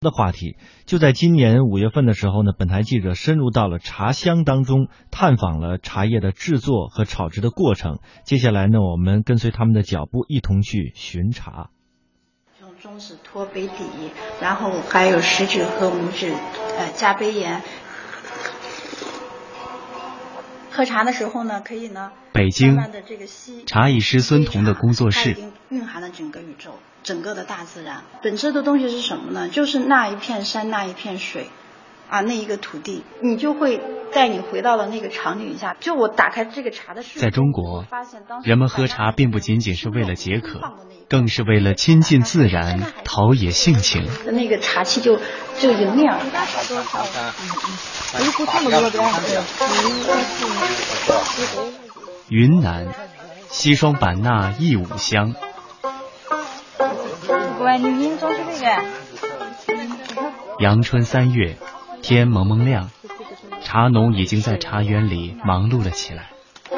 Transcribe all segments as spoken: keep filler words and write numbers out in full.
的话题。就在今年五月份的时候呢，本台记者深入到了茶乡当中，探访了茶叶的制作和炒制的过程。接下来呢，我们跟随他们的脚步，一同去寻茶。 用中指托杯底，然后还有食指和拇指呃加杯沿。喝茶的时候呢，可以呢， 北京茶艺师孙彤的工作室， 它已经蕴含了整个宇宙，整个的大自然。本质的东西是什么呢？就是那一片山，那一片水，啊，那一个土地，你就会带你回到了那个场景下。就我打开这个茶的视在中国，人们喝茶并不仅仅是为了解渴，更是为了亲近自然，陶冶性情。 那个茶气就就迎面而来。 云南西双版纳义武乡，阳春三月，天蒙蒙亮，茶农已经在茶园里忙碌了起来。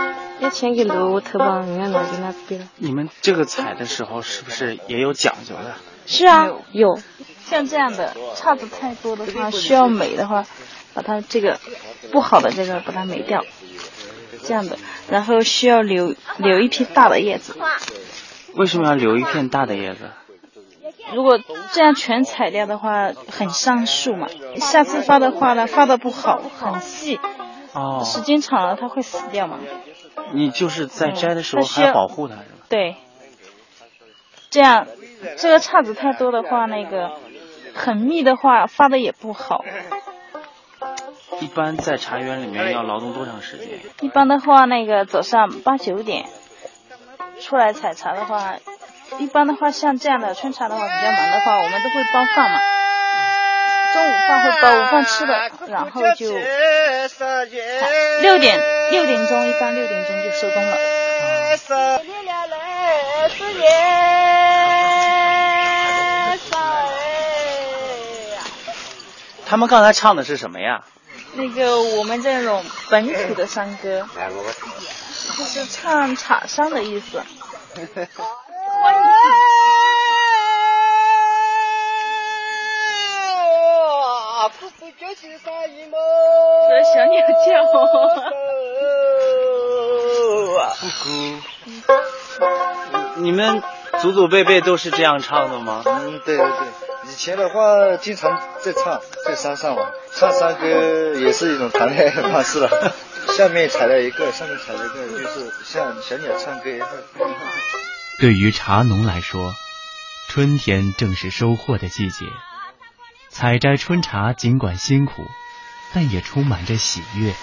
你们这个采的时候是不是也有讲究的？ 是啊，有。像这样的叉子太多的话，需要美的话，把它这个不好的这个把它美掉，这样的，然后需要留留一片大的叶子。 为什么要留一片大的叶子？ 如果这样全采掉的话，很伤树嘛。下次发的话呢，发的不好，很细， 哦， 时间长了它会死掉嘛。 你就是在摘的时候还保护它，是吧？ 对，这样这个叉子太多的话，那个很密的话发的也不好。 一般在茶园里面要劳动多长时间？ 一般的话，那个早上八九点出来采茶的话，一般的话像这样的春茶的话比较忙的话，我们都会包饭嘛。中午饭会包午饭吃的，然后就六点六点钟，一般六点钟就收工了。 他们刚才唱的是什么呀？ 那个我们这种本土的山歌，就是唱茶商的意思。这小鸟叫。 你们祖祖辈辈都是这样唱的吗？ 嗯，对对对，以前的话经常在唱，在山上嘛，唱山歌也是一种谈恋爱的方式了。下面采了一个，上面采了一个，就是像小鸟唱歌一样。 对于茶农来说，春天正是收获的季节。采摘春茶尽管辛苦，但也充满着喜悦。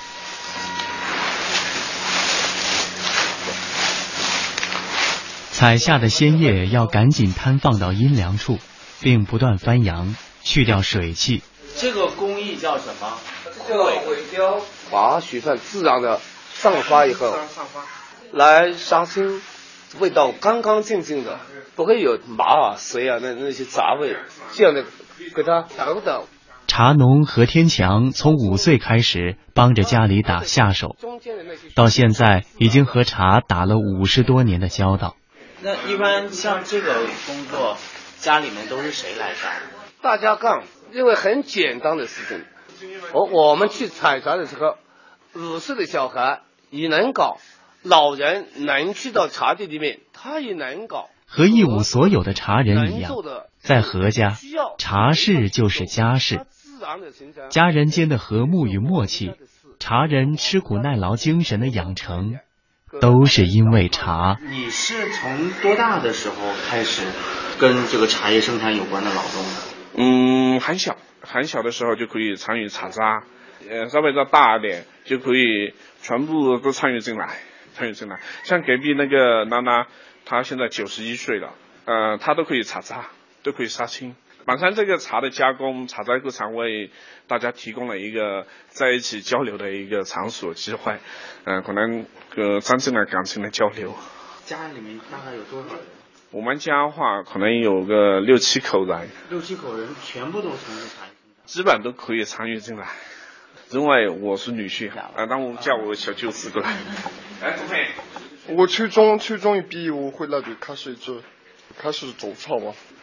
采下的鲜叶要赶紧摊放到阴凉处，并不断翻扬，去掉水汽。 这个工艺叫什么？ 这个尾雕，把水分自然的散发以后，来杀青，味道干干净净的，不会有麻啊、水啊那那些杂味，这样的给它调的。 茶农何天强从五岁开始帮着家里打下手，到现在已经和茶打了五十多年的交道。 那一般像这个工作，家里面都是谁来干？ 大家干，因为很简单的事情。我我们去采茶的时候，五岁的小孩也能搞，老人能去到茶地里面，他也能搞。 和义乌所有的茶人一样，在何家，茶事就是家事。家人间的和睦与默契，茶人吃苦耐劳精神的养成，都是因为茶。 你是从多大的时候开始跟这个茶叶生产有关的劳动的？ 嗯，很小很小的时候就可以参与茶渣，呃，稍微再大一点就可以全部都参与进来，参与进来。像隔壁那个娜娜，她现在九十一岁了，呃，她都可以茶渣，都可以杀青。本身这个茶的加工，茶摘课场为大家提供了一个在一起交流的一个场所机会，嗯、呃，可能呃增进了感情的交流。 家里面大概有多少人？ 我们家的话可能有个六七口人。 六七口人全部都从事茶叶， 基本都可以参与进来。因为我是女婿，啊，当我叫我小舅子过来。哎，同学， 我初中初中一毕业，我回来就开始做，开始做茶嘛。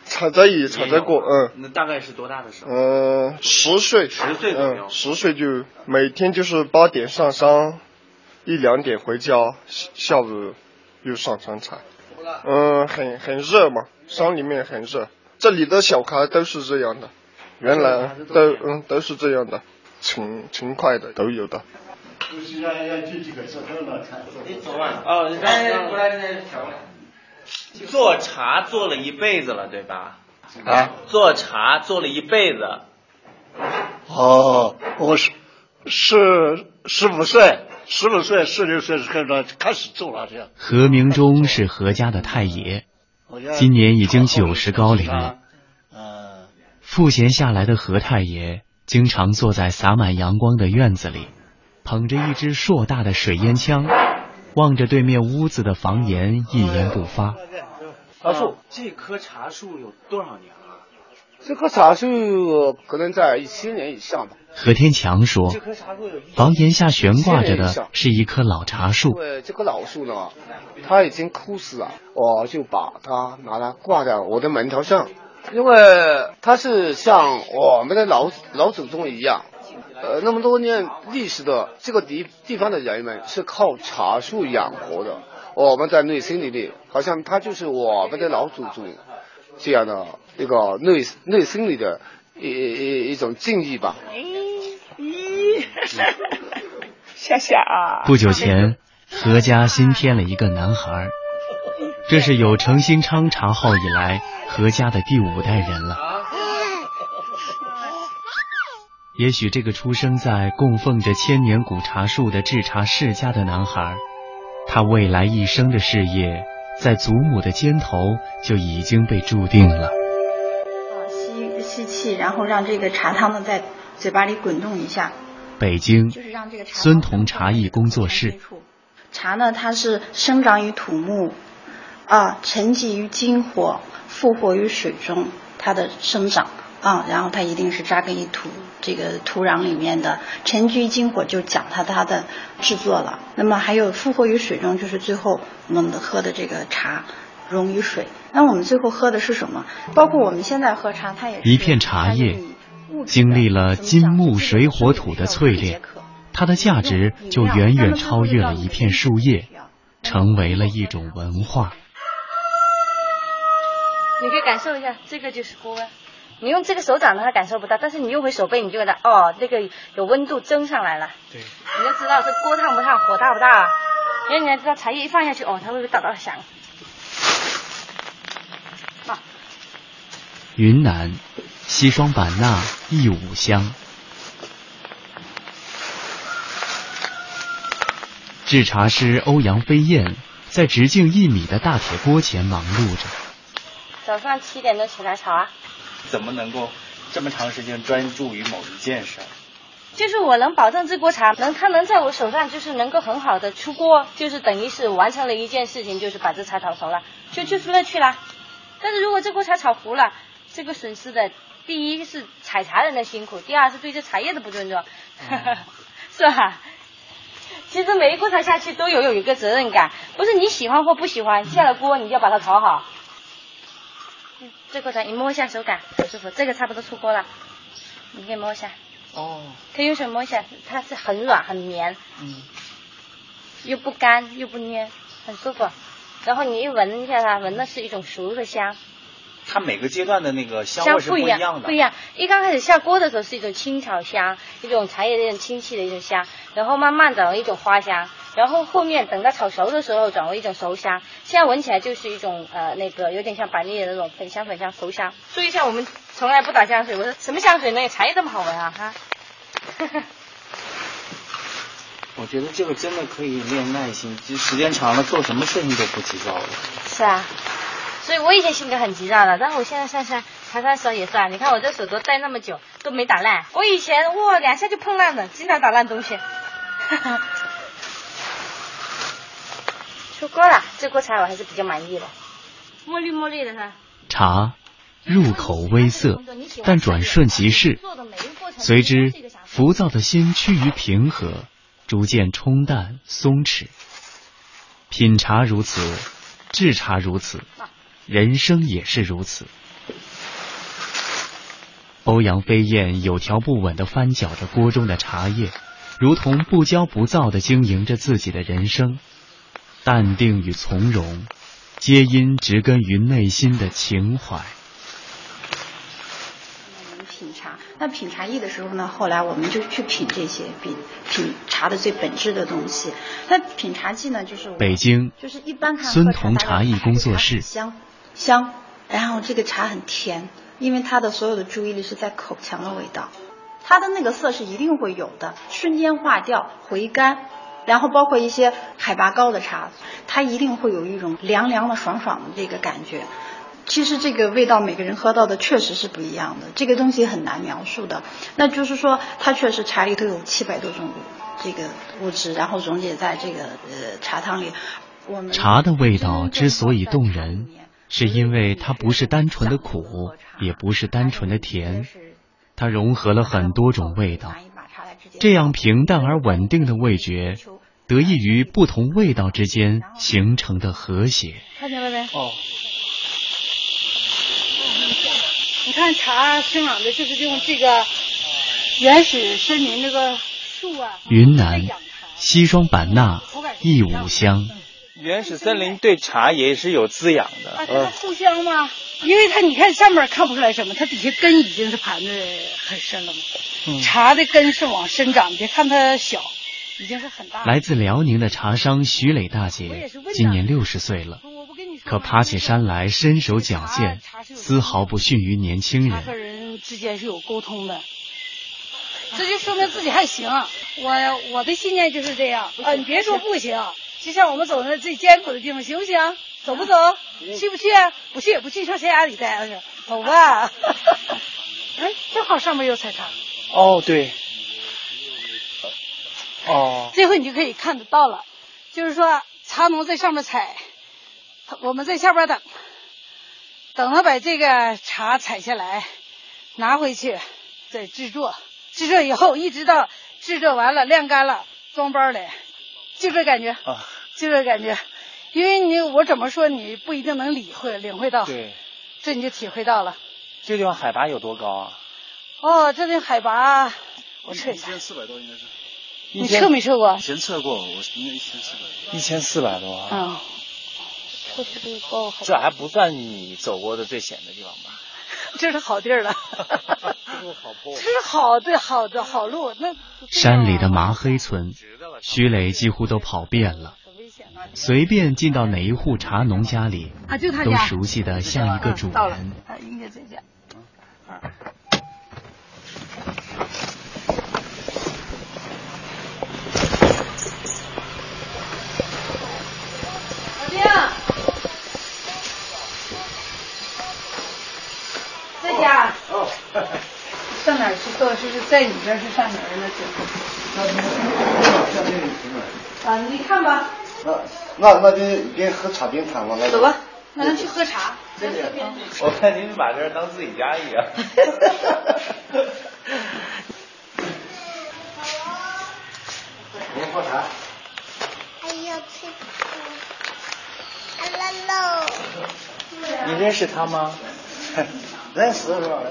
采摘也采摘过，嗯。 那大概是多大的时候？ 嗯、呃，十岁。 十岁左右。 嗯，十岁就每天就是八点上山，一两点回家，下午又上山采。嗯、呃，很很热嘛，山里面很热。这里的小孩都是这样的，原来都嗯都是这样的，勤勤快的都有的。 就是要要去几个时候了才做。 你走吧。哦，让过来那调过来。做茶做了一辈子了，对吧？ 啊， 做茶做了一辈子。 哦，我是是十五岁，十五岁、十六岁开始开始做了这样。 何明忠是何家的太爷，今年已经九十高龄了。赋闲下来的何太爷经常坐在洒满阳光的院子里，捧着一支硕大的水烟枪，望着对面屋子的房檐，一言不发。 茶树，这棵茶树有多少年了？ 这棵茶树可能在一千年以上吧。 何天强说，房檐下悬挂着的是一棵老茶树。 因为这棵老树呢，它已经枯死了，我就把它拿来挂在我的门头上，因为它是像我们的老老祖宗一样。呃，那么多年历史的这个地地方的人们是靠茶树养活的，我们在内心里面好像他就是我们的老祖宗这样的一个内内心里的一一一种敬意吧。 夏夏啊！ 不久前，何家新添了一个男孩，这是有程新昌茶号以来何家的第五代人了。也许这个出生在供奉着千年古茶树的制茶世家的男孩，他未来一生的事业在祖母的肩头就已经被注定了。 吸吸气，然后让这个茶汤呢在嘴巴里滚动一下。 北京孙彤茶艺工作室。 茶呢，它是生长于土木，啊，沉积于金火，复活于水中，它的生长。啊，然后它一定是扎根于土这个土壤里面的，沉居金火就讲它它的制作了。那么还有复活于水中，就是最后我们喝的这个茶溶于水。那我们最后喝的是什么？包括我们现在喝茶，它也是一片茶叶经历了金木水火土的淬炼，它的价值就远远超越了一片树叶，成为了一种文化。 你可以感受一下，这个就是锅。你用这个手掌的话感受不到，但是你用回手背，你就觉得哦，这个有温度蒸上来了。对，你就知道这锅烫不烫，火大不大啊。因为你要知道茶叶一放下去，哦，它会不会哒哒响？啊。 云南西双版纳义武乡，制茶师欧阳飞燕在直径一米的大铁锅前忙碌着。 早上七点钟起来炒啊。 怎么能够这么长时间专注于某一件事？ 就是我能保证这锅茶能它能在我手上就是能够很好的出锅，就是等于是完成了一件事情，就是把这茶炒熟了，就就是乐趣啦。但是如果这锅茶炒糊了，这个损失的第一是采茶人的辛苦，第二是对这茶叶的不尊重，嗯、是吧？其实每一锅茶下去都有有一个责任感，不是你喜欢或不喜欢，下了锅你就要把它炒好。这锅茶你摸一下手感很舒服，这个差不多出锅了，你可以摸一下。哦。可以用手摸一下，它是很软很绵，嗯，又不干又不粘，很舒服。然后你一闻一下它，闻的是一种熟的香。 它每个阶段的那个香味是不一样的。 不一样，一刚开始下锅的时候是一种青草香，一种茶叶的一种清气的一种香，然后慢慢转为一种花香。然后后面等到炒熟的时候转为一种熟香，现在闻起来就是一种呃那个有点像板栗的那种粉香粉香熟香。注意一下，我们从来不打香水，我说什么香水呢？茶叶这么好闻啊哈！ 我觉得这个真的可以练耐心，其实时间长了做什么事情都不急躁了。 是啊，所以我以前性格很急躁的，但是我现在想想茶茶手也是啊，你看我这手都戴那么久都没打烂，我以前哇两下就碰烂了，经常打烂东西。出锅了，这锅茶我还是比较满意的，墨绿墨绿的哈。 茶入口微涩，但转瞬即逝，随之浮躁的心趋于平和，逐渐冲淡松弛。品茶如此，制茶如此，人生也是如此。 欧阳飞燕有条不紊地翻搅着锅中的茶叶，如同不骄不躁地经营着自己的人生，淡定与从容，皆因植根于内心的情怀。 品茶，那品茶艺的时候呢，后来我们就去品这些品品茶的最本质的东西。那品茶技呢，就是北京就是一般看孙彤茶艺工作室， 香香，然后这个茶很甜，因为它的所有的注意力是在口腔的味道，它的那个色是一定会有的，瞬间化掉回甘。然后包括一些海拔高的茶，它一定会有一种凉凉的爽爽的这个感觉。其实这个味道每个人喝到的确实是不一样的，这个东西很难描述的。那就是说它确实茶里头有七百多种这个物质，然后溶解在这个呃茶汤里。我们茶的味道之所以动人，是因为它不是单纯的苦，也不是单纯的甜，它融合了很多种味道。这样平淡而稳定的味觉，得益于不同味道之间形成的和谐。 看见了没？ 哦。 你看茶生长的就是用这个原始森林这个树啊。 云南西双版纳义武乡， 原始森林对茶也是有滋养的。 啊，这互相嘛，因为它你看上面看不出来什么，它底下根已经是盘的很深了嘛。嗯、茶的根是往深长，别看它小，已经是很大。 来自辽宁的茶商徐磊大姐今年六十岁了，可爬起山来身手矫健，丝毫不逊于年轻人。 茶和人之间是有沟通的，这就说明自己还行。我我的信念就是这样啊，你别说不行，就像我们走那最艰苦的地方，行不行？走不走？去不去？不去也不去，上山崖里待着去，走吧。哎，正好上面有采茶。 哦，对。哦。 这回你就可以看得到了，就是说茶农在上面采，我们在下边等，等他把这个茶采下来，拿回去再制作，制作以后一直到制作完了晾干了装包来，就这感觉啊，就这感觉。因为你我怎么说你不一定能理会领会到， 对， 这你就体会到了。 这个地方海拔有多高啊？ 哦，这里海拔我测一下， 一千四百多应该是。 你测没测过？ 以前测过，我应该一千四百多。 一千四百多啊。 嗯。测试这个高。 这还不算你走过的最险的地方吧？ 这是好地儿了。 这是好坡。 这是好对好的好路。那山里的麻黑村，徐磊几乎都跑遍了。随便进到哪一户茶农家里， 啊，就他家都熟悉的像一个主人。 到了，啊，应该这家。老丁，在家。哦。上哪儿去做？是在里边是上哪儿呢？这。啊，你看吧。 那那那边边喝茶边谈了， 走吧，那咱去喝茶。 这里，我看您把这儿当自己家一样。 我们喝茶。 还要吃茶。啦喽。 你认识他吗？ 认识是吧？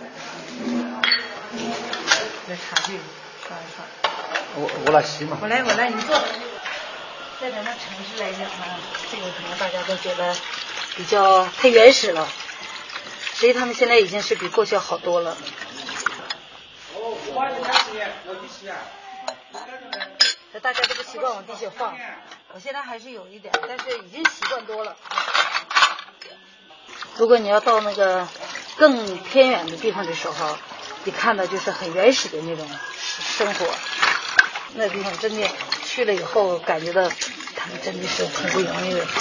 这茶具放一放。 我我来洗嘛。 我来我来，你坐。在咱们城市来讲呢，这个可能大家都觉得比较太原始了，实际他们现在已经是比过去好多了。这大家都不习惯往地下放，我现在还是有一点，但是已经习惯多了。如果你要到那个更偏远的地方的时候，你看到就是很原始的那种生活，那地方真的去了以后，感觉到他们真的是很不容易的。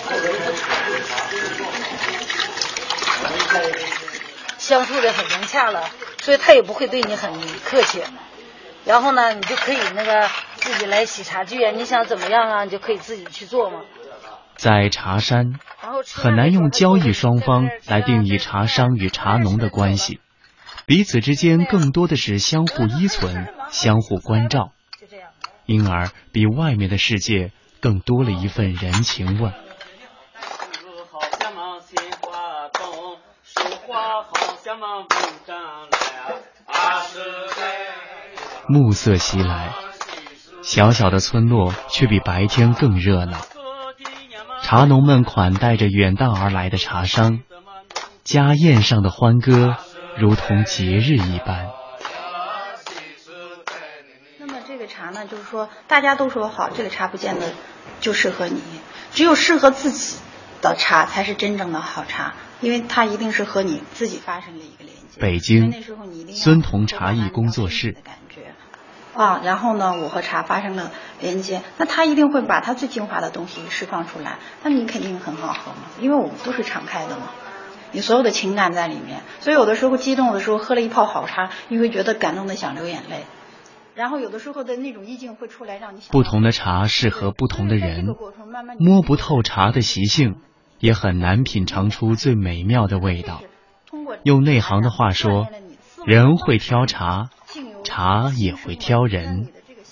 相处的很融洽了，所以他也不会对你很客气。然后呢，你就可以那个自己来洗茶具啊，你想怎么样啊，你就可以自己去做嘛。 在茶山，很难用交易双方来定义茶商与茶农的关系，彼此之间更多的是相互依存、相互关照，因而比外面的世界更多了一份人情味。 好像忙鲜花动，说话好像忙文章来。 暮色袭来，小小的村落却比白天更热闹。茶农们款待着远道而来的茶商，家宴上的欢歌如同节日一般。 那么这个茶呢，就是说大家都说好，这个茶不见得就适合你，只有适合自己的茶才是真正的好茶，因为它一定是和你自己发生了一个连接。 北京孙彤茶艺工作室。 啊，然后呢，我和茶发生了连接，那他一定会把他最精华的东西释放出来，那你肯定很好喝嘛，因为我们都是敞开的嘛，你所有的情感在里面，所以有的时候激动的时候喝了一泡好茶，你会觉得感动的想流眼泪，然后有的时候的那种意境会出来让你想。 不同的茶适合不同的人，摸不透茶的习性，也很难品尝出最美妙的味道。用内行的话说，人会挑茶，茶也会挑人。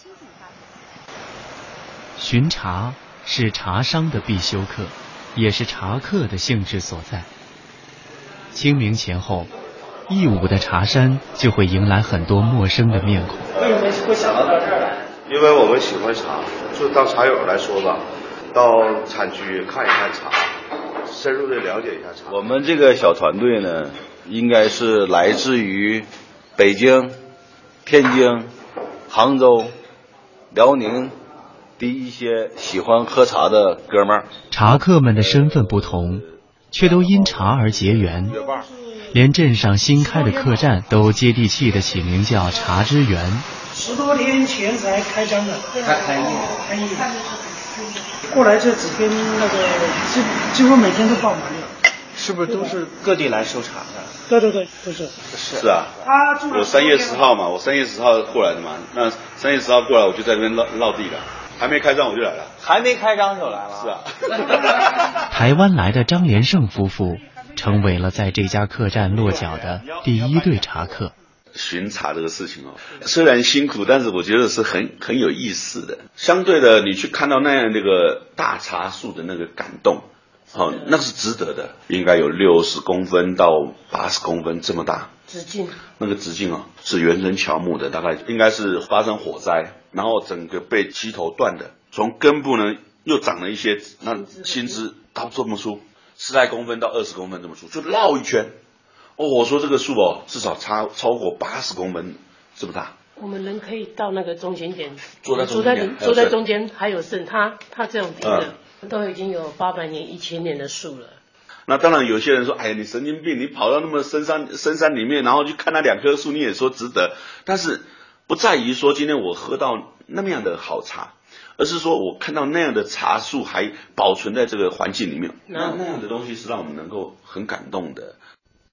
巡茶是茶商的必修课，也是茶客的兴致所在。清明前后，义乌的茶山就会迎来很多陌生的面孔。 为什么会想到到这儿来？因为我们喜欢茶，就当茶友来说吧，到产区看一看茶，深入的了解一下茶。 我们这个小团队呢，应该是来自于北京、天津、杭州、辽宁的一些喜欢喝茶的哥们儿。 茶客们的身份不同，却都因茶而结缘，连镇上新开的客栈都接地气的起名叫茶之源。 十多天前才开张的， 开开业， 开业。过来这几天那个几几乎每天都爆满了。 是不是都是各地来收茶的？ 对对对，都是。 是啊，我三月十号嘛，我三月十号过来的嘛。那三月十号过来，我就在这边落落地了。还没开张我就来了。 还没开张就来了。 是啊。 台湾来的张连胜夫妇成为了在这家客栈落脚的第一对茶客。 巡茶这个事情哦，虽然辛苦，但是我觉得是很很有意思的。相对的，你去看到那样那个大茶树的那个感动。好、哦，那是值得的，应该有六十公分到八十公分这么大直径。 那个直径啊，是原生乔木的，大概应该是发生火灾，然后整个被齐头断的，从根部呢又长了一些，那新枝到这么粗，十来公分到二十公分这么粗，就绕一圈。哦，我说这个树哦，至少差超过八十公分这么大。 我们人可以到那个中间点， 坐在中间， 坐在中间还有剩，它它这种低的。嗯都已经有八百年、一千年的树了。 那当然，有些人说：“哎呀，你神经病！你跑到那么深山深山里面，然后去看那两棵树，你也说值得。”但是不在于说今天我喝到那么样的好茶，而是说我看到那样的茶树还保存在这个环境里面，那那样的东西是让我们能够很感动的。